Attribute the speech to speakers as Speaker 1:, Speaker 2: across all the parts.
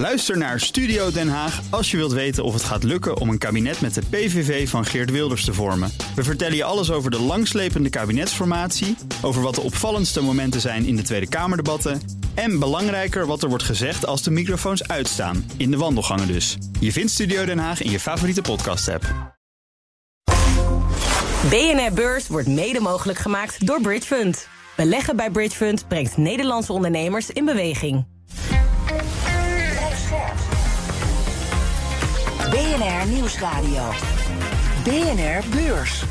Speaker 1: Luister naar Studio Den Haag als je wilt weten of het gaat lukken om een kabinet met de PVV van Geert Wilders te vormen. We vertellen je alles over de langslepende kabinetsformatie, over wat de opvallendste momenten zijn in de Tweede Kamerdebatten en belangrijker wat er wordt gezegd als de microfoons uitstaan, in de wandelgangen dus. Je vindt Studio Den Haag in je favoriete podcast-app.
Speaker 2: BNR Beurs wordt mede mogelijk gemaakt door Bridgefund. Beleggen bij Bridgefund brengt Nederlandse ondernemers in beweging.
Speaker 3: BNR Nieuwsradio. BNR Beurs.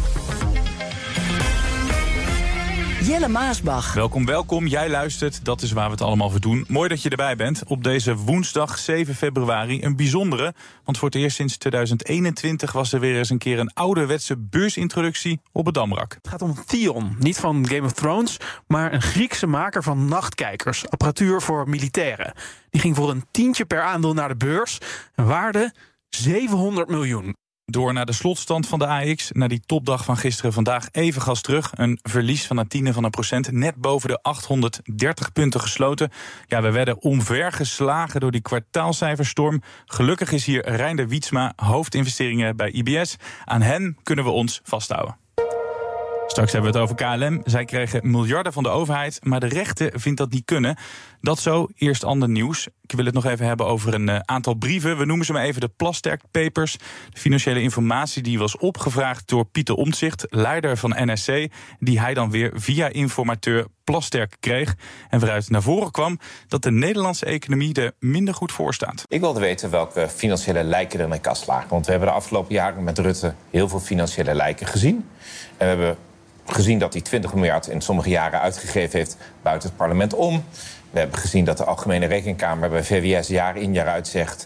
Speaker 3: Jelle Maasbach.
Speaker 4: Welkom. Jij luistert, dat is waar we het allemaal voor doen. Mooi dat je erbij bent op deze woensdag 7 februari. Een bijzondere, want voor het eerst sinds 2021 was er weer eens een keer een ouderwetse beursintroductie op het Damrak.
Speaker 5: Het gaat om Theon, niet van Game of Thrones, maar een Griekse maker van nachtkijkers, apparatuur voor militairen. Die ging voor een tientje per aandeel naar de beurs, een waarde 700 miljoen.
Speaker 4: Door naar de slotstand van de AX, naar die topdag van gisteren, vandaag even gas terug. Een verlies van 0,1%, net boven de 830 punten gesloten. Ja, we werden omvergeslagen door die kwartaalcijferstorm. Gelukkig is hier Reinder Wietsma, hoofdinvesteringen bij IBS. Aan hen kunnen we ons vasthouden. Straks hebben we het over KLM. Zij kregen miljarden van de overheid, maar de rechter vindt dat niet kunnen. Dat zo, eerst ander nieuws. Ik wil het nog even hebben over een aantal brieven. We noemen ze maar even de Plasterk Papers. De financiële informatie die was opgevraagd door Pieter Omtzigt, leider van NSC, die hij dan weer via informateur Plasterk kreeg. En waaruit naar voren kwam dat de Nederlandse economie er minder goed voor staat.
Speaker 6: Ik wilde weten welke financiële lijken er in de kast lagen. Want we hebben de afgelopen jaren met Rutte heel veel financiële lijken gezien. En we hebben gezien dat hij 20 miljard in sommige jaren uitgegeven heeft buiten het parlement om. We hebben gezien dat de Algemene Rekenkamer bij VWS jaar in jaar uit zegt,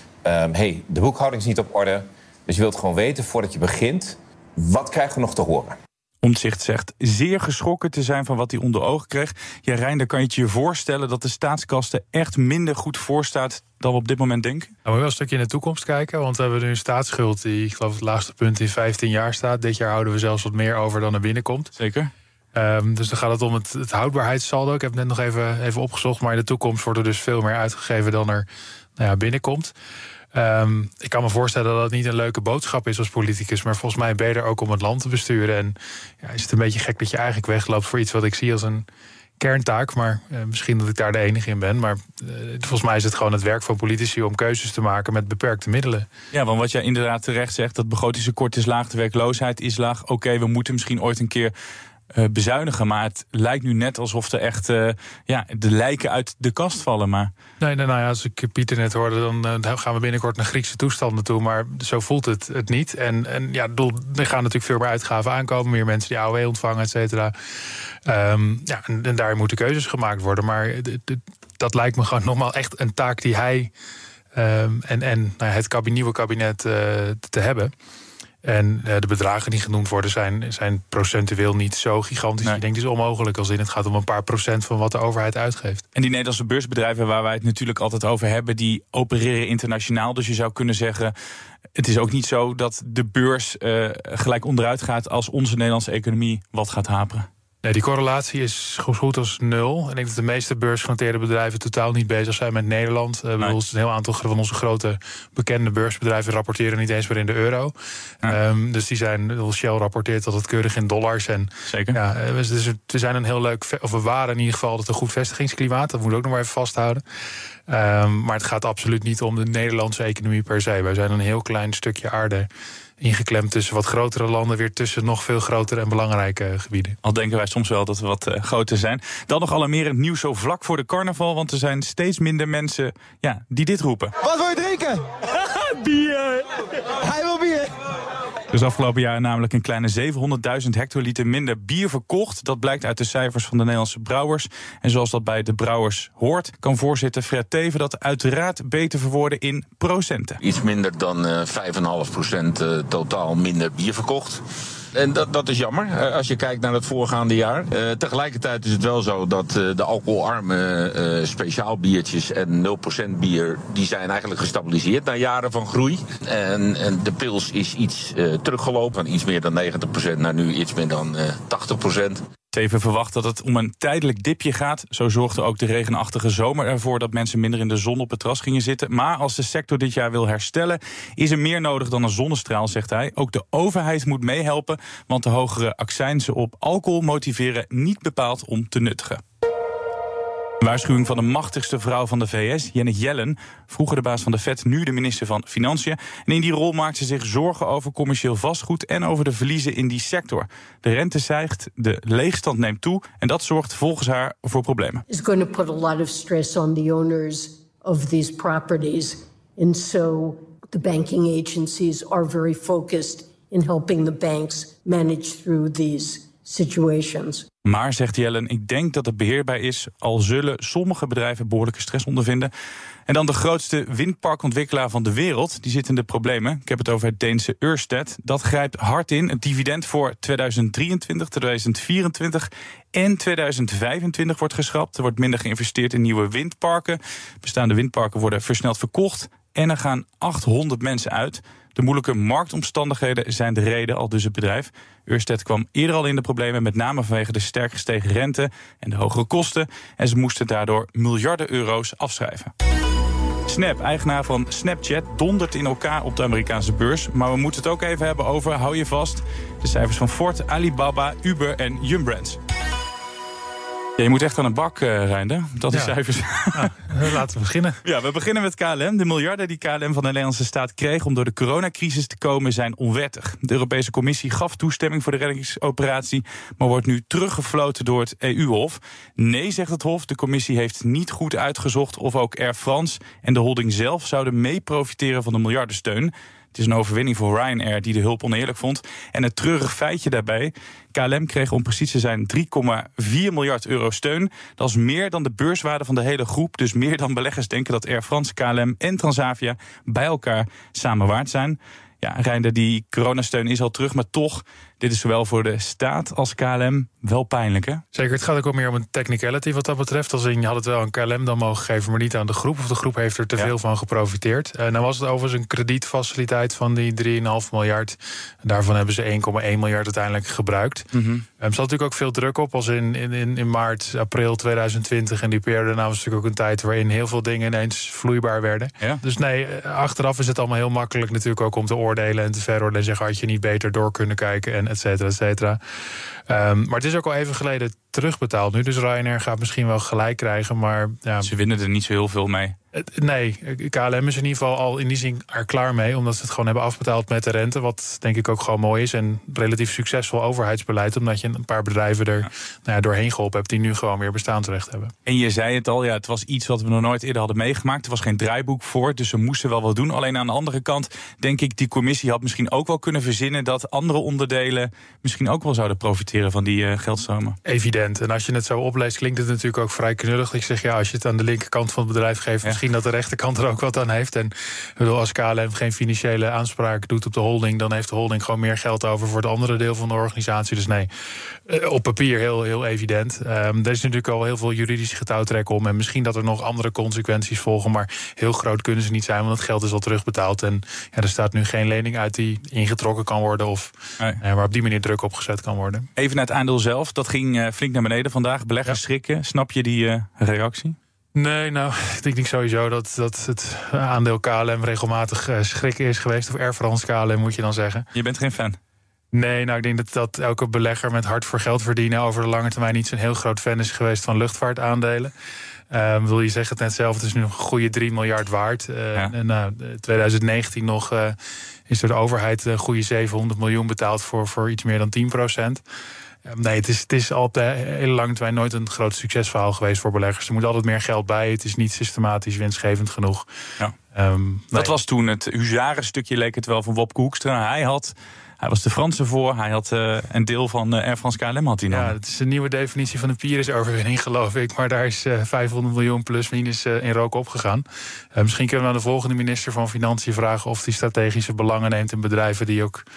Speaker 6: de boekhouding is niet op orde. Dus je wilt gewoon weten voordat je begint, wat krijgen we nog te horen?
Speaker 4: Omtzigt zegt zeer geschrokken te zijn van wat hij onder ogen kreeg. Ja, Reinder, kan je het je voorstellen dat de staatskas er echt minder goed voor staat dan we op dit moment denken?
Speaker 7: Nou, we willen een stukje in de toekomst kijken, want we hebben nu een staatsschuld die, ik geloof, het laagste punt in 15 jaar staat. Dit jaar houden we zelfs wat meer over dan er binnenkomt.
Speaker 4: Zeker.
Speaker 7: Dus dan gaat het om het houdbaarheidssaldo. Ik heb het net nog even opgezocht, maar in de toekomst wordt er dus veel meer uitgegeven dan er binnenkomt. Ik kan me voorstellen dat het niet een leuke boodschap is als politicus, maar volgens mij ben je er ook om het land te besturen. En ja, is het een beetje gek dat je eigenlijk wegloopt voor iets wat ik zie als een kerntaak, maar misschien dat ik daar de enige in ben. Maar volgens mij is het gewoon het werk van politici om keuzes te maken met beperkte middelen.
Speaker 4: Ja, want wat jij inderdaad terecht zegt, dat begrotingstekort is laag, de werkloosheid is laag. Oké, we moeten misschien ooit een keer bezuinigen, maar het lijkt nu net alsof er echt de lijken uit de kast vallen. Maar
Speaker 7: Nee, als ik Pieter net hoorde, dan gaan we binnenkort naar Griekse toestanden toe, maar zo voelt het niet. En er gaan natuurlijk veel meer uitgaven aankomen, meer mensen die AOW ontvangen, et cetera. En daar moeten keuzes gemaakt worden, maar dat lijkt me gewoon nogmaals echt een taak die hij het nieuwe kabinet te hebben. En de bedragen die genoemd worden zijn procentueel niet zo gigantisch. Nee. Ik denk het is onmogelijk als het gaat om een paar procent van wat de overheid uitgeeft.
Speaker 4: En die Nederlandse beursbedrijven waar wij het natuurlijk altijd over hebben, die opereren internationaal. Dus je zou kunnen zeggen, het is ook niet zo dat de beurs gelijk onderuit gaat als onze Nederlandse economie wat gaat haperen.
Speaker 7: Nee, die correlatie is zo goed als 0. Ik denk dat de meeste beursgenoteerde bedrijven totaal niet bezig zijn met Nederland. Een heel aantal van onze grote bekende beursbedrijven rapporteren niet eens meer in de euro. Ja. Dus Shell rapporteert dat het keurig in dollars. En,
Speaker 4: zeker.
Speaker 7: Ja, we zijn een heel leuk, of we waren in ieder geval een goed vestigingsklimaat. Dat moet ook nog maar even vasthouden. Maar het gaat absoluut niet om de Nederlandse economie per se. Wij zijn een heel klein stukje aarde ingeklemd tussen wat grotere landen, weer tussen nog veel grotere en belangrijke gebieden.
Speaker 4: Al denken wij soms wel dat we wat groter zijn. Dan nog alarmerend nieuws zo vlak voor de carnaval, want er zijn steeds minder mensen die dit roepen.
Speaker 8: Wat wil je drinken? Bier! Hij wil bier!
Speaker 4: Dus afgelopen jaar namelijk een kleine 700.000 hectoliter minder bier verkocht. Dat blijkt uit de cijfers van de Nederlandse brouwers. En zoals dat bij de brouwers hoort, kan voorzitter Fred Teven dat uiteraard beter verwoorden in procenten.
Speaker 9: Iets minder dan 5,5% totaal minder bier verkocht. En dat is jammer, als je kijkt naar het voorgaande jaar. Tegelijkertijd is het wel zo dat de alcoholarme speciaal biertjes en 0% bier, die zijn eigenlijk gestabiliseerd na jaren van groei. En de pils is iets teruggelopen, van iets meer dan 90% naar nu iets meer dan 80%.
Speaker 4: Teven verwacht dat het om een tijdelijk dipje gaat. Zo zorgde ook de regenachtige zomer ervoor dat mensen minder in de zon op het terras gingen zitten. Maar als de sector dit jaar wil herstellen, is er meer nodig dan een zonnestraal, zegt hij. Ook de overheid moet meehelpen, want de hogere accijnzen op alcohol motiveren niet bepaald om te nuttigen. Een waarschuwing van de machtigste vrouw van de VS, Janet Yellen, vroeger de baas van de Fed, nu de minister van Financiën. En in die rol maakt ze zich zorgen over commercieel vastgoed en over de verliezen in die sector. De rente stijgt, de leegstand neemt toe en dat zorgt volgens haar voor problemen.
Speaker 10: It's going to put a lot of stress on the owners of these properties. And so the banking agencies are very focused in helping the banks manage through these situations.
Speaker 4: Maar, zegt Yellen, ik denk dat het beheerbaar is, al zullen sommige bedrijven behoorlijke stress ondervinden. En dan de grootste windparkontwikkelaar van de wereld, die zit in de problemen. Ik heb het over het Deense Ørsted. Dat grijpt hard in. Het dividend voor 2023, 2024 en 2025 wordt geschrapt. Er wordt minder geïnvesteerd in nieuwe windparken. Bestaande windparken worden versneld verkocht. En er gaan 800 mensen uit. De moeilijke marktomstandigheden zijn de reden, al dus het bedrijf. Ørsted kwam eerder al in de problemen, met name vanwege de sterk gestegen rente en de hogere kosten. En ze moesten daardoor miljarden euro's afschrijven. Snap, eigenaar van Snapchat, dondert in elkaar op de Amerikaanse beurs. Maar we moeten het ook even hebben over, hou je vast, de cijfers van Ford, Alibaba, Uber en Yum Brands. Ja, je moet echt aan een bak, Reinder, dat die cijfers.
Speaker 7: Nou, laten we beginnen.
Speaker 4: Ja, we beginnen met KLM. De miljarden die KLM van de Nederlandse staat kreeg om door de coronacrisis te komen zijn onwettig. De Europese Commissie gaf toestemming voor de reddingsoperatie, maar wordt nu teruggefloten door het EU-hof. Nee, zegt het hof, de commissie heeft niet goed uitgezocht of ook Air France en de holding zelf zouden mee profiteren van de miljardensteun. Het is een overwinning voor Ryanair, die de hulp oneerlijk vond. En het treurig feitje daarbij, KLM kreeg om precies te zijn 3,4 miljard euro steun. Dat is meer dan de beurswaarde van de hele groep. Dus meer dan beleggers denken dat Air France, KLM en Transavia bij elkaar samen waard zijn. Ja, Reinder, die coronasteun is al terug, maar toch, dit is zowel voor de staat als KLM wel pijnlijk, hè?
Speaker 7: Zeker, het gaat ook meer om een technicality wat dat betreft. Als in, je had het wel aan KLM dan mogen geven, maar niet aan de groep. Of de groep heeft er te veel van geprofiteerd. Nou was het overigens een kredietfaciliteit van die 3,5 miljard. En daarvan hebben ze 1,1 miljard uiteindelijk gebruikt. Er zat natuurlijk ook veel druk op, als in maart, april 2020. En die periode daarna was natuurlijk ook een tijd waarin heel veel dingen ineens vloeibaar werden. Ja? Dus nee, achteraf is het allemaal heel makkelijk natuurlijk ook om te oordelen en te veroordelen en zeggen, had je niet beter door kunnen kijken en et cetera, et cetera. Maar het is ook al even geleden terugbetaald nu. Dus Ryanair gaat misschien wel gelijk krijgen, maar ja,
Speaker 4: ze winnen er niet zo heel veel mee.
Speaker 7: Nee, KLM is in ieder geval al in die zin er klaar mee, omdat ze het gewoon hebben afbetaald met de rente, wat denk ik ook gewoon mooi is. En relatief succesvol overheidsbeleid, omdat je een paar bedrijven er doorheen geholpen hebt die nu gewoon weer bestaansrecht hebben.
Speaker 4: En je zei het al, ja, het was iets wat we nog nooit eerder hadden meegemaakt. Er was geen draaiboek voor, dus ze moesten wel wat doen. Alleen aan de andere kant denk ik, die commissie had misschien ook wel kunnen verzinnen dat andere onderdelen misschien ook wel zouden profiteren van die geldstromen.
Speaker 7: Evident. En als je het zo opleest, klinkt het natuurlijk ook vrij knullig. Ik zeg, ja, als je het aan de linkerkant van het bedrijf geeft, misschien dat de rechterkant er ook wat aan heeft. En als KLM geen financiële aanspraak doet op de holding, dan heeft de holding gewoon meer geld over voor het andere deel van de organisatie. Dus nee, op papier heel evident. Er is natuurlijk al heel veel juridisch getouwtrek om. En misschien dat er nog andere consequenties volgen. Maar heel groot kunnen ze niet zijn, want het geld is al terugbetaald. En ja, er staat nu geen lening uit die ingetrokken kan worden of waar op die manier druk op gezet kan worden.
Speaker 4: Even naar het aandeel zelf. Dat ging flink naar beneden vandaag. Beleggers schrikken. Snap je die reactie?
Speaker 7: Nee, nou, ik denk sowieso dat het aandeel KLM regelmatig schrikken is geweest. Of Air France KLM, moet je dan zeggen.
Speaker 4: Je bent geen fan?
Speaker 7: Nee, nou, ik denk dat elke belegger met hard voor geld verdienen over de lange termijn niet zo'n heel groot fan is geweest van luchtvaartaandelen. Wil je zeggen het net zelf, het is nu een goede 3 miljard waard. En 2019 nog is door de overheid een goede 700 miljoen betaald voor iets meer dan 10%. Nee, het is al op de hele lange termijn nooit een groot succesverhaal geweest voor beleggers. Er moet altijd meer geld bij. Het is niet systematisch winstgevend genoeg. Ja.
Speaker 4: Dat was toen het huzarenstukje, leek het wel, van Wopke Hoekstra. Hij was de Franse voor. Hij had een deel van Air France KLM had hij nog.
Speaker 7: Ja, het is een nieuwe definitie van een Pyrrhus-overwinning, geloof ik. Maar daar is 500 miljoen plus minus in rook opgegaan. Misschien kunnen we aan de volgende minister van Financiën vragen of die strategische belangen neemt in bedrijven die ook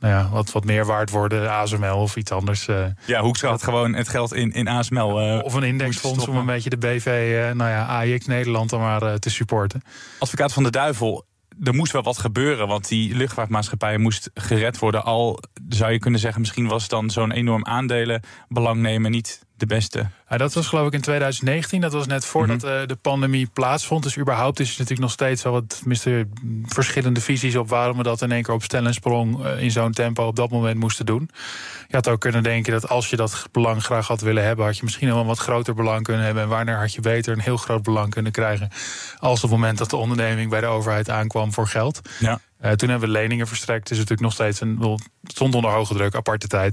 Speaker 7: wat meer waard worden, ASML of iets anders.
Speaker 4: Ja, Hoekstra had gewoon het geld in ASML.
Speaker 7: Of een indexfonds om een beetje de BV, AIX Nederland dan maar te supporten.
Speaker 4: Advocaat van de duivel. Er moest wel wat gebeuren, want die luchtvaartmaatschappij moest gered worden. Al zou je kunnen zeggen, misschien was dan zo'n enorm aandelenbelang nemen niet de beste.
Speaker 7: Ja, dat was geloof ik in 2019. Dat was net voordat de pandemie plaatsvond. Dus überhaupt is het natuurlijk nog steeds wel wat verschillende visies op waarom we dat in één keer op stel en sprong in zo'n tempo op dat moment moesten doen. Je had ook kunnen denken dat als je dat belang graag had willen hebben, had je misschien wel een wat groter belang kunnen hebben. En wanneer had je beter een heel groot belang kunnen krijgen als op het moment dat de onderneming bij de overheid aankwam voor geld. Ja. Toen hebben we leningen verstrekt. Het is natuurlijk nog steeds het stond onder hoge druk, aparte tijd.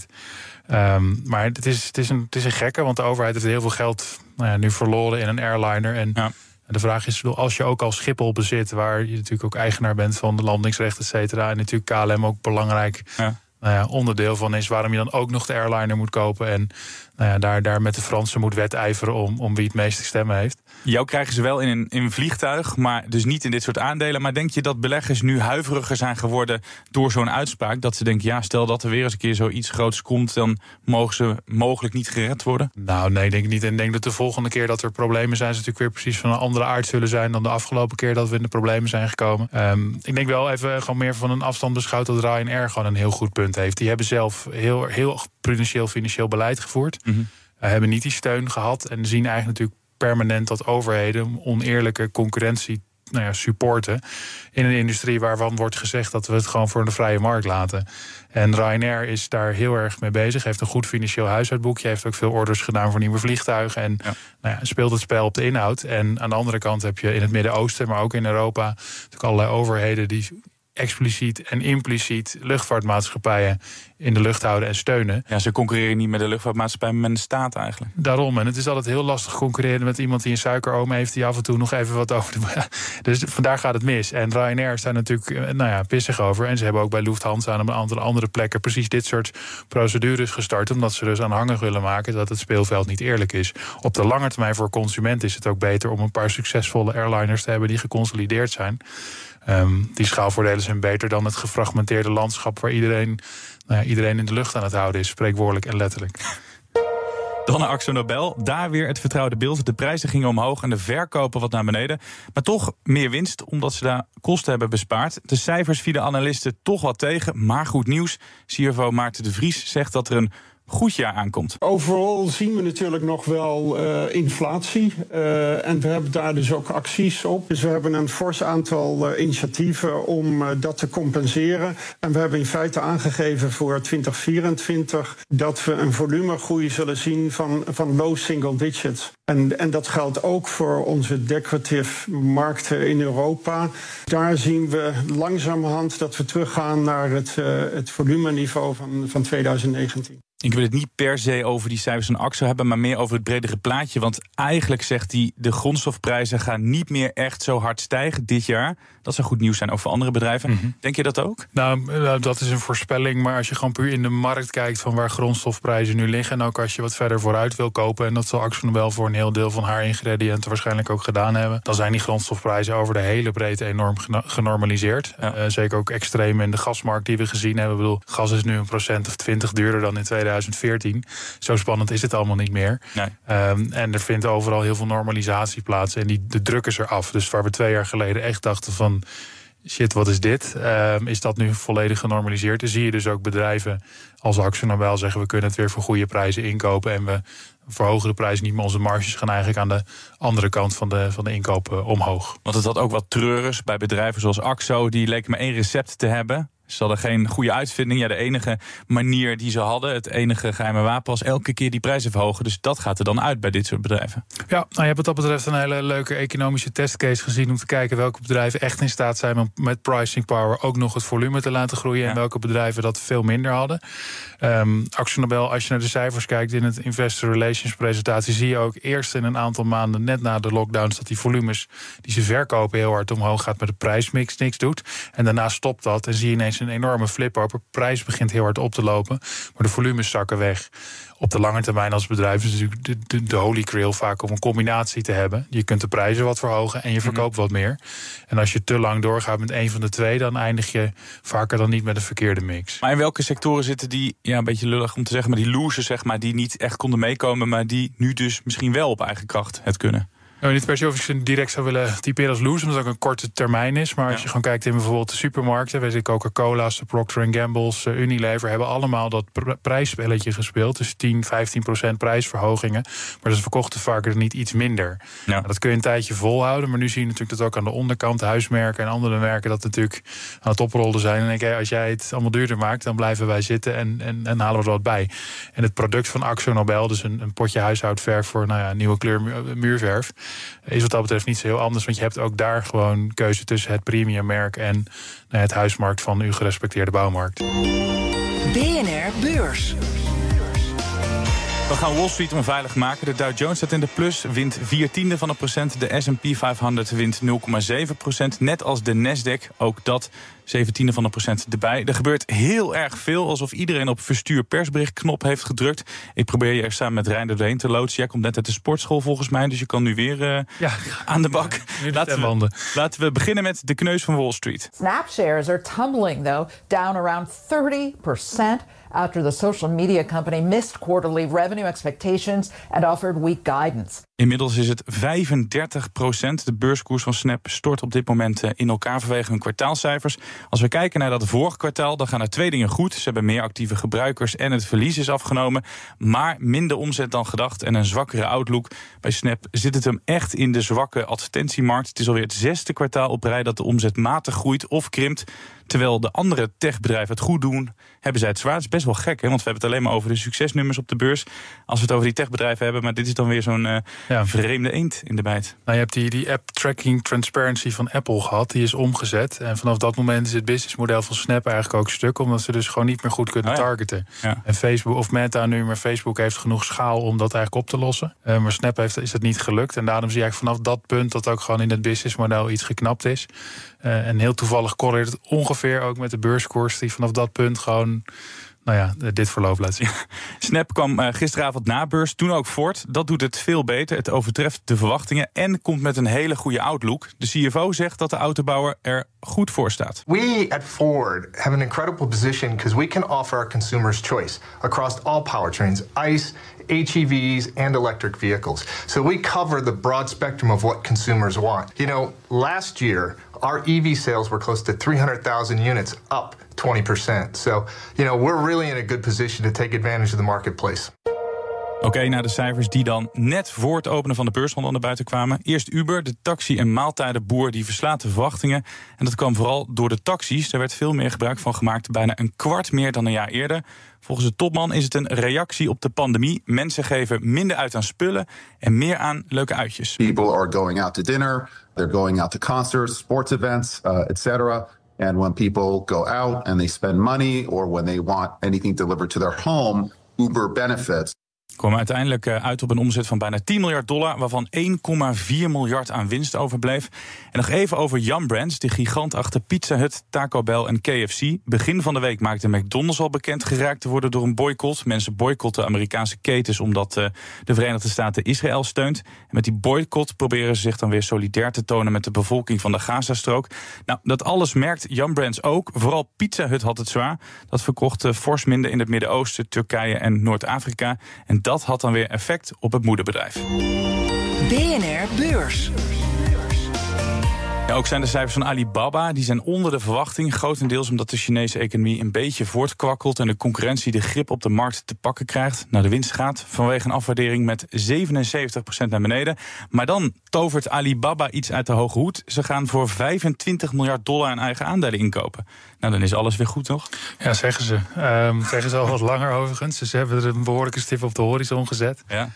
Speaker 7: Maar het is een gekke, want de overheid heeft heel veel geld nu verloren in een airliner. En de vraag is, als je ook al Schiphol bezit, waar je natuurlijk ook eigenaar bent van de landingsrecht, et cetera, en natuurlijk KLM ook belangrijk onderdeel van is, waarom je dan ook nog de airliner moet kopen en daar met de Fransen moet wedijveren om wie het meeste stemmen heeft.
Speaker 4: Jou krijgen ze wel in een vliegtuig, maar dus niet in dit soort aandelen. Maar denk je dat beleggers nu huiveriger zijn geworden door zo'n uitspraak? Dat ze denken, stel dat er weer eens een keer zoiets groots komt, dan mogen ze mogelijk niet gered worden?
Speaker 7: Nou, nee, denk ik niet. En ik denk dat de volgende keer dat er problemen zijn, ze natuurlijk weer precies van een andere aard zullen zijn dan de afgelopen keer dat we in de problemen zijn gekomen. Ik denk wel even gewoon meer van een afstand beschouwd dat Ryanair gewoon een heel goed punt heeft. Die hebben zelf heel prudentieel financieel beleid gevoerd. Hebben niet die steun gehad en zien eigenlijk natuurlijk permanent dat overheden oneerlijke concurrentie supporten in een industrie waarvan wordt gezegd dat we het gewoon voor de vrije markt laten. En Ryanair is daar heel erg mee bezig, heeft een goed financieel huishoudboekje, heeft ook veel orders gedaan voor nieuwe vliegtuigen en speelt het spel op de inhoud. En aan de andere kant heb je in het Midden-Oosten, maar ook in Europa natuurlijk allerlei overheden die expliciet en impliciet luchtvaartmaatschappijen in de lucht houden en steunen.
Speaker 4: Ja, ze concurreren niet met de luchtvaartmaatschappij, maar met de staat eigenlijk.
Speaker 7: Daarom, en het is altijd heel lastig concurreren met iemand die een suikeroom heeft die af en toe nog even wat over de... Dus vandaar gaat het mis. En Ryanair is daar natuurlijk pissig over. En ze hebben ook bij Lufthansa en op een aantal andere plekken precies dit soort procedures gestart, omdat ze dus aanhangig willen maken dat het speelveld niet eerlijk is. Op de lange termijn voor consumenten is het ook beter om een paar succesvolle airliners te hebben die geconsolideerd zijn. Die schaalvoordelen zijn beter dan het gefragmenteerde landschap waar iedereen in de lucht aan het houden is, spreekwoordelijk en letterlijk.
Speaker 4: Dan naar Akzo Nobel. Daar weer het vertrouwde beeld. De prijzen gingen omhoog en de verkopen wat naar beneden. Maar toch meer winst, omdat ze daar kosten hebben bespaard. De cijfers vielen analisten toch wat tegen. Maar goed nieuws. CFO Maarten de Vries zegt dat er een goed jaar aankomt.
Speaker 11: Overal zien we natuurlijk nog wel inflatie. En we hebben daar dus ook acties op. Dus we hebben een fors aantal initiatieven om dat te compenseren. En we hebben in feite aangegeven voor 2024 dat we een volumegroei zullen zien van low single digits. En dat geldt ook voor onze decoratieve markten in Europa. Daar zien we langzamerhand dat we teruggaan naar het volumeniveau van 2019.
Speaker 4: Ik wil het niet per se over die cijfers van Akzo hebben, maar meer over het bredere plaatje. Want eigenlijk zegt hij, de grondstofprijzen gaan niet meer echt zo hard stijgen dit jaar. Dat zou goed nieuws zijn over andere bedrijven. Denk je dat ook?
Speaker 7: Nou, dat is een voorspelling. Maar als je gewoon puur in de markt kijkt van waar grondstofprijzen nu liggen, en ook als je wat verder vooruit wil kopen, en dat zal Akzo Nobel voor een heel deel van haar ingrediënten waarschijnlijk ook gedaan hebben, dan zijn die grondstofprijzen over de hele breedte enorm genormaliseerd. Ja. Zeker ook extreem in de gasmarkt die we gezien hebben. Ik bedoel, gas is nu 1% of 20% duurder dan in 2014. Zo spannend is het allemaal niet meer. Nee. En er vindt overal heel veel normalisatie plaats. En de druk is eraf. Dus waar we 2 jaar geleden echt dachten van shit, wat is dit? Is dat nu volledig genormaliseerd? Dan zie je dus ook bedrijven als Akzo Nobel zeggen, we kunnen het weer voor goede prijzen inkopen en we verhogen de prijs niet, maar onze marges gaan eigenlijk aan de andere kant van de inkopen omhoog.
Speaker 4: Want het had ook wat treurigs bij bedrijven zoals Akzo, die leken maar 1 recept te hebben. Ze hadden geen goede uitvinding. Ja, de enige manier die ze hadden, het enige geheime wapen, was elke keer die prijzen verhogen. Dus dat gaat er dan uit bij dit soort bedrijven.
Speaker 7: Ja, je hebt wat dat betreft een hele leuke economische testcase gezien om te kijken welke bedrijven echt in staat zijn om met pricing power ook nog het volume te laten groeien. Ja. En welke bedrijven dat veel minder hadden. Akzo Nobel, als je naar de cijfers kijkt in het Investor Relations presentatie, zie je ook eerst in een aantal maanden net na de lockdowns dat die volumes die ze verkopen heel hard omhoog gaat, maar de prijsmix niks doet. En daarna stopt dat en zie je ineens een enorme flip-up. De prijs begint heel hard op te lopen, maar de volumes zakken weg. Op de lange termijn als bedrijf is natuurlijk de holy grail vaak om een combinatie te hebben. Je kunt de prijzen wat verhogen en je verkoopt wat meer. En als je te lang doorgaat met 1 van de 2, dan eindig je vaker dan niet met een verkeerde mix.
Speaker 4: Maar in welke sectoren zitten die, een beetje lullig om te zeggen, maar die losers, zeg maar, die niet echt konden meekomen, maar die nu dus misschien wel op eigen kracht het kunnen?
Speaker 7: Niet per se of ik ze direct zou willen typeren als loose, omdat het ook een korte termijn is. Maar als je gewoon kijkt in bijvoorbeeld de supermarkten, weet je, Coca-Cola's, de Procter & Gamble's, Unilever hebben allemaal dat prijsspelletje gespeeld. Dus 10-15% prijsverhogingen. Maar ze verkochten vaker niet iets minder. Ja. Nou, dat kun je een tijdje volhouden. Maar nu zie je natuurlijk dat ook aan de onderkant huismerken en andere merken dat natuurlijk aan het oprollen zijn. En denk ik, als jij het allemaal duurder maakt, dan blijven wij zitten en halen we er wat bij. En het product van Akzo Nobel, dus een potje huishoudverf voor nieuwe kleur muurverf, is wat dat betreft niet zo heel anders. Want je hebt ook daar gewoon keuze tussen het premiummerk en het huismarkt van uw gerespecteerde bouwmarkt.
Speaker 3: BNR Beurs.
Speaker 4: We gaan Wall Street onveilig maken. De Dow Jones staat in de plus, wint 0,4%. De S&P 500 wint 0,7%. Net als de Nasdaq, ook dat 0,7% erbij. Er gebeurt heel erg veel, alsof iedereen op verstuur persberichtknop heeft gedrukt. Ik probeer je er samen met Rein doorheen te loodsen. Jij komt net uit de sportschool volgens mij, dus je kan nu weer aan de bak. Laten we beginnen met de kneus van Wall Street.
Speaker 12: Snap shares are tumbling, though, down around 30%. After the social media company missed quarterly revenue expectations and offered weak guidance.
Speaker 4: Inmiddels is het 35%. De beurskoers van Snap stort op dit moment in elkaar vanwege hun kwartaalcijfers. Als we kijken naar dat vorige kwartaal, dan gaan er twee dingen goed. Ze hebben meer actieve gebruikers en het verlies is afgenomen. Maar minder omzet dan gedacht en een zwakkere outlook. Bij Snap zit het hem echt in de zwakke advertentiemarkt. Het is alweer het 6e kwartaal op rij dat de omzet matig groeit of krimpt. Terwijl de andere techbedrijven het goed doen, hebben zij het zwaar. Het is best wel gek, hè? Want we hebben het alleen maar over de succesnummers op de beurs. Als we het over die techbedrijven hebben, maar dit is dan weer zo'n vreemde eend in de bijt.
Speaker 7: Nou, je hebt die app tracking transparency van Apple gehad. Die is omgezet. En vanaf dat moment is het businessmodel van Snap eigenlijk ook stuk. Omdat ze dus gewoon niet meer goed kunnen targeten. Ja. En Facebook of Meta nu, maar Facebook heeft genoeg schaal om dat eigenlijk op te lossen. Maar Snap is dat niet gelukt. En daarom zie je eigenlijk vanaf dat punt dat ook gewoon in het businessmodel iets geknapt is. En heel toevallig correleert het ongeveer ook met de beurskoers die vanaf dat punt gewoon dit verloop laat zien.
Speaker 4: Snap kwam gisteravond na beurs, toen ook Ford. Dat doet het veel beter. Het overtreft de verwachtingen en komt met een hele goede outlook. De CFO zegt dat de autobouwer er goed voor staat.
Speaker 13: We at Ford have an incredible position because we can offer our consumers choice across all powertrains, ICE, HEVs and electric vehicles. So we cover the broad spectrum of what consumers want. You know, last year our EV sales were close to 300,000 units, up 20%. So, we're really in a good position to take advantage of the marketplace.
Speaker 4: Oké, naar de cijfers die dan net voor het openen van de beurshandel naar buiten kwamen. Eerst Uber, de taxi- en maaltijdenboer, die verslaat de verwachtingen. En dat kwam vooral door de taxis. Er werd veel meer gebruik van gemaakt, bijna een kwart meer dan een jaar eerder. Volgens de topman is het een reactie op de pandemie. Mensen geven minder uit aan spullen en meer aan leuke uitjes.
Speaker 14: People are going out to dinner, they're going out to concerts, sports events, etc. And when people go out and they spend money or when they want anything delivered to their home, Uber benefits.
Speaker 4: Kwam uiteindelijk uit op een omzet van bijna $10 miljard, waarvan 1,4 miljard aan winst overbleef. En nog even over Yum Brands, de gigant achter Pizza Hut, Taco Bell en KFC. Begin van de week maakte McDonald's al bekend geraakt te worden door een boycott. Mensen boycotten Amerikaanse ketens omdat de Verenigde Staten Israël steunt. En met die boycott proberen ze zich dan weer solidair te tonen met de bevolking van de Gazastrook. Nou, dat alles merkt Yum Brands ook. Vooral Pizza Hut had het zwaar. Dat verkocht fors minder in het Midden-Oosten, Turkije en Noord-Afrika. En dat had dan weer effect op het moederbedrijf.
Speaker 3: BNR Beurs.
Speaker 4: Ja, ook zijn de cijfers van Alibaba, die zijn onder de verwachting. Grotendeels omdat de Chinese economie een beetje voortkwakkelt en de concurrentie de grip op de markt te pakken krijgt. Nou, de winst gaat vanwege een afwaardering met 77% naar beneden. Maar dan tovert Alibaba iets uit de hoge hoed. Ze gaan voor $25 miljard aan eigen aandelen inkopen. Nou, dan is alles weer goed, toch?
Speaker 7: Ja, zeggen ze. Zeggen ze al wat langer overigens. Ze hebben er een behoorlijke stip op de horizon gezet.
Speaker 4: Ja.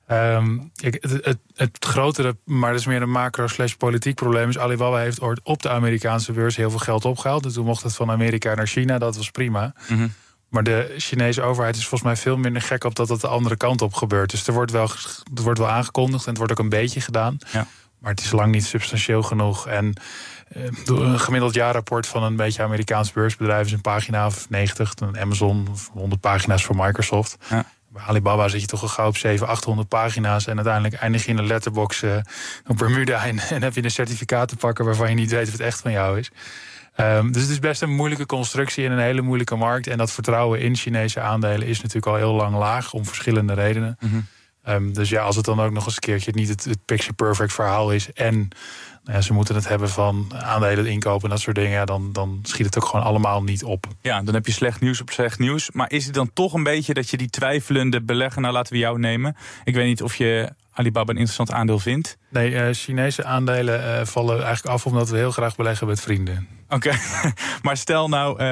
Speaker 7: Het grotere, maar dat is meer een macro/politiek probleem, is Alibaba heeft ooit op de Amerikaanse beurs heel veel geld opgehaald. Dus toen mocht het van Amerika naar China, dat was prima. Mm-hmm. Maar de Chinese overheid is volgens mij veel minder gek op dat het de andere kant op gebeurt. Dus er wordt wel aangekondigd en het wordt ook een beetje gedaan. Ja. Maar het is lang niet substantieel genoeg. En een gemiddeld jaarrapport van een beetje Amerikaans beursbedrijf is een pagina of 90. Een Amazon of 100 pagina's voor Microsoft. Ja. Bij Alibaba zit je toch al gauw op 700-800 pagina's. En uiteindelijk eindig je in een letterbox op Bermuda. En heb je een certificaat te pakken waarvan je niet weet of het echt van jou is. Dus het is best een moeilijke constructie in een hele moeilijke markt. En dat vertrouwen in Chinese aandelen is natuurlijk al heel lang laag om verschillende redenen. Mm-hmm. Dus ja, als het dan ook nog eens een keertje niet het picture perfect verhaal is en ze moeten het hebben van aandelen inkopen en dat soort dingen, ja, dan schiet het ook gewoon allemaal niet op.
Speaker 4: Ja, dan heb je slecht nieuws op slecht nieuws. Maar is het dan toch een beetje dat je die twijfelende belegger, nou laten we jou nemen. Ik weet niet of je Alibaba een interessant aandeel vindt.
Speaker 7: Nee, Chinese aandelen vallen eigenlijk af omdat we heel graag beleggen met vrienden.
Speaker 4: Oké, maar stel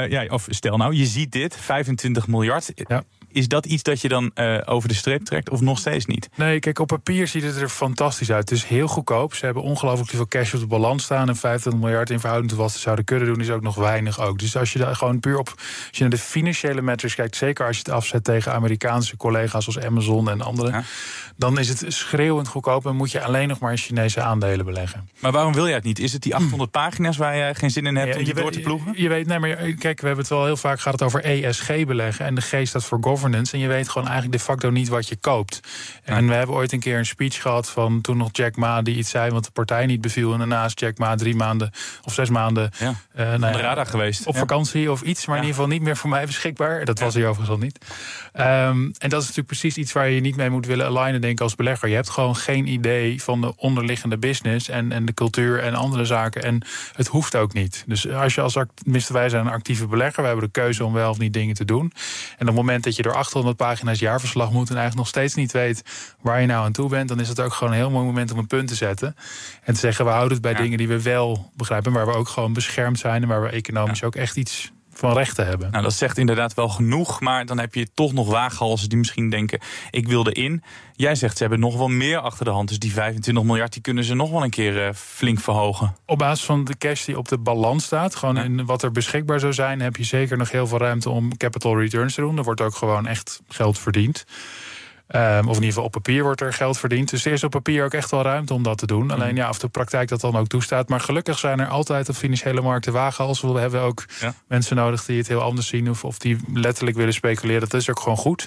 Speaker 4: nou, je ziet dit, 25 miljard.
Speaker 7: Ja.
Speaker 4: Is dat iets dat je dan over de streep trekt of nog steeds niet?
Speaker 7: Nee, kijk, op papier ziet het er fantastisch uit. Het is heel goedkoop. Ze hebben ongelooflijk veel cash op de balans staan. En 25 miljard in verhouding tot wat ze zouden kunnen doen is ook nog weinig ook. Dus als je daar gewoon puur op, als je naar de financiële metrics kijkt, zeker als je het afzet tegen Amerikaanse collega's zoals Amazon en anderen, dan is het schreeuwend goedkoop en moet je alleen nog maar in Chinese aandelen beleggen.
Speaker 4: Maar waarom wil jij het niet? Is het die 800 pagina's waar je geen zin in hebt om die door te ploegen?
Speaker 7: Je weet, nee, maar kijk, we hebben het wel heel vaak gaat het over ESG beleggen en de G staat voor governance. En je weet gewoon eigenlijk de facto niet wat je koopt. En we hebben ooit een keer een speech gehad van toen nog Jack Ma die iets zei wat de partij niet beviel. En daarna is Jack Ma 3 maanden of 6 maanden
Speaker 4: van de radar geweest.
Speaker 7: Op vakantie of iets, maar in ieder geval niet meer voor mij beschikbaar. Dat was hij overigens al niet. En dat is natuurlijk precies iets waar je niet mee moet willen alignen, denk ik, als belegger. Je hebt gewoon geen idee van de onderliggende business en de cultuur en andere zaken. En het hoeft ook niet. Dus als je tenminste wij zijn een actieve belegger, we hebben de keuze om wel of niet dingen te doen. En op het moment dat je door 800 pagina's jaarverslag moet en eigenlijk nog steeds niet weet waar je nou aan toe bent, dan is het ook gewoon een heel mooi moment om een punt te zetten. En te zeggen, we houden het bij dingen die we wel begrijpen, waar we ook gewoon beschermd zijn en waar we economisch ook echt iets van rechten hebben.
Speaker 4: Nou, dat zegt inderdaad wel genoeg, maar dan heb je toch nog waaghalzen die misschien denken, ik wil erin. Jij zegt, ze hebben nog wel meer achter de hand, dus die 25 miljard, die kunnen ze nog wel een keer flink verhogen.
Speaker 7: Op basis van de cash die op de balans staat, gewoon in wat er beschikbaar zou zijn, heb je zeker nog heel veel ruimte om capital returns te doen. Er wordt ook gewoon echt geld verdiend. Of in ieder geval op papier wordt er geld verdiend. Dus er is op papier ook echt wel ruimte om dat te doen. Alleen ja, of de praktijk dat dan ook toestaat. Maar gelukkig zijn er altijd op financiële markten waaghalzen. We hebben ook mensen nodig die het heel anders zien of die letterlijk willen speculeren. Dat is ook gewoon goed.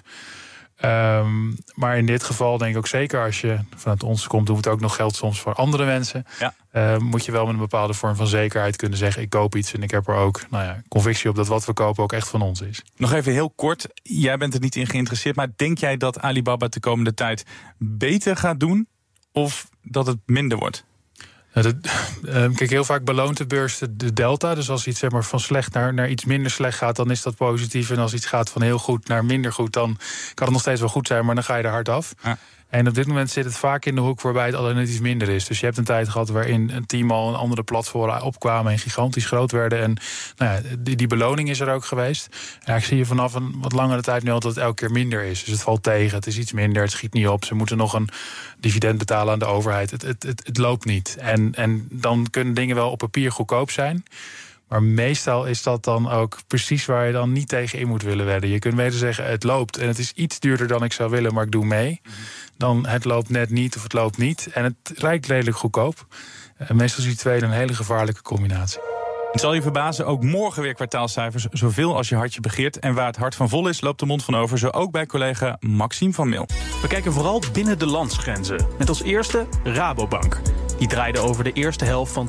Speaker 7: Maar in dit geval denk ik ook zeker als je vanuit ons komt, doet het ook nog geld soms voor andere mensen. Moet je wel met een bepaalde vorm van zekerheid kunnen zeggen, ik koop iets en ik heb er ook convictie op dat wat we kopen ook echt van ons is.
Speaker 4: Nog even heel kort, jij bent er niet in geïnteresseerd, maar denk jij dat Alibaba de komende tijd beter gaat doen of dat het minder wordt?
Speaker 7: Kijk, heel vaak beloont de beurs de delta. Dus als iets zeg maar van slecht naar iets minder slecht gaat, dan is dat positief. En als iets gaat van heel goed naar minder goed, dan kan het nog steeds wel goed zijn, maar dan ga je er hard af. Ja. En op dit moment zit het vaak in de hoek waarbij het alleen net iets minder is. Dus je hebt een tijd gehad waarin een team al een andere platformen opkwamen en gigantisch groot werden. En die beloning is er ook geweest. En ik zie je vanaf een wat langere tijd nu al dat het elke keer minder is. Dus het valt tegen, het is iets minder, het schiet niet op. Ze moeten nog een dividend betalen aan de overheid. Het loopt niet. En dan kunnen dingen wel op papier goedkoop zijn. Maar meestal is dat dan ook precies waar je dan niet tegen in moet willen wedden. Je kunt beter zeggen, het loopt en het is iets duurder dan ik zou willen, maar ik doe mee. Dan het loopt net niet of het loopt niet. En het lijkt redelijk goedkoop. Meestal is die tweede een hele gevaarlijke combinatie.
Speaker 4: Het zal je verbazen, ook morgen weer kwartaalcijfers. Zoveel als je hartje begeert. En waar het hart van vol is, loopt de mond van over. Zo ook bij collega Maxime van Mil.
Speaker 5: We kijken vooral binnen de landsgrenzen. Met als eerste Rabobank. Die draaide over de eerste helft van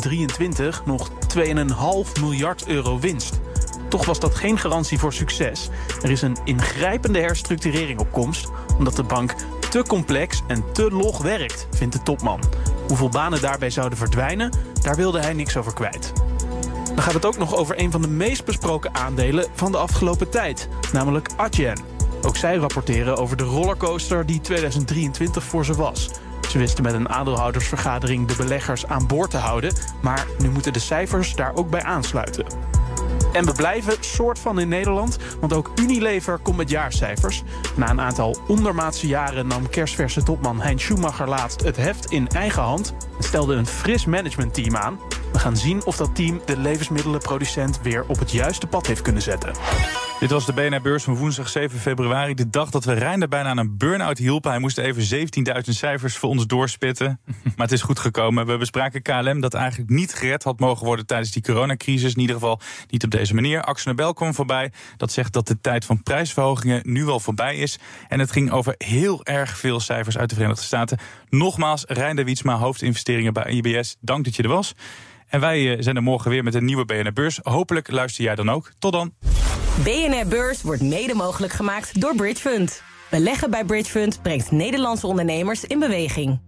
Speaker 5: 2023 nog 2,5 miljard euro winst. Toch was dat geen garantie voor succes. Er is een ingrijpende herstructurering op komst, omdat de bank te complex en te log werkt, vindt de topman. Hoeveel banen daarbij zouden verdwijnen, daar wilde hij niks over kwijt. Dan gaat het ook nog over een van de meest besproken aandelen van de afgelopen tijd, namelijk Adyen. Ook zij rapporteren over de rollercoaster die 2023 voor ze was. Ze wisten met een aandeelhoudersvergadering de beleggers aan boord te houden, maar nu moeten de cijfers daar ook bij aansluiten. En we blijven soort van in Nederland, want ook Unilever komt met jaarcijfers. Na een aantal ondermaatse jaren nam kerstverse topman Hein Schumacher laatst het heft in eigen hand en stelde een fris managementteam aan. We gaan zien of dat team de levensmiddelenproducent weer op het juiste pad heeft kunnen zetten.
Speaker 4: Dit was de BNR Beurs van woensdag 7 februari. De dag dat we Reiner bijna aan een burn-out hielpen. Hij moest even 17.000 cijfers voor ons doorspitten. Maar het is goed gekomen. We bespraken KLM dat eigenlijk niet gered had mogen worden tijdens die coronacrisis. In ieder geval niet op deze manier. Axel Nobel kwam voorbij. Dat zegt dat de tijd van prijsverhogingen nu al voorbij is. En het ging over heel erg veel cijfers uit de Verenigde Staten. Nogmaals, Reiner Wietsma, hoofdinvesteringen bij IBS. Dank dat je er was. En wij zijn er morgen weer met een nieuwe BNR Beurs. Hopelijk luister jij dan ook. Tot dan.
Speaker 2: BNR Beurs wordt mede mogelijk gemaakt door Bridge Fund. Beleggen bij Bridgefund brengt Nederlandse ondernemers in beweging.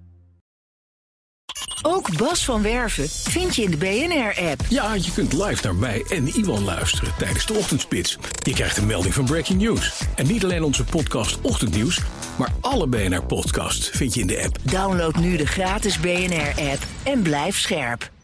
Speaker 3: Ook Bas van Werven vind je in de BNR-app.
Speaker 15: Ja, je kunt live naar mij en Iwan luisteren tijdens de ochtendspits. Je krijgt een melding van Breaking News. En niet alleen onze podcast Ochtendnieuws, maar alle BNR-podcasts vind je in de app.
Speaker 3: Download nu de gratis BNR-app en blijf scherp.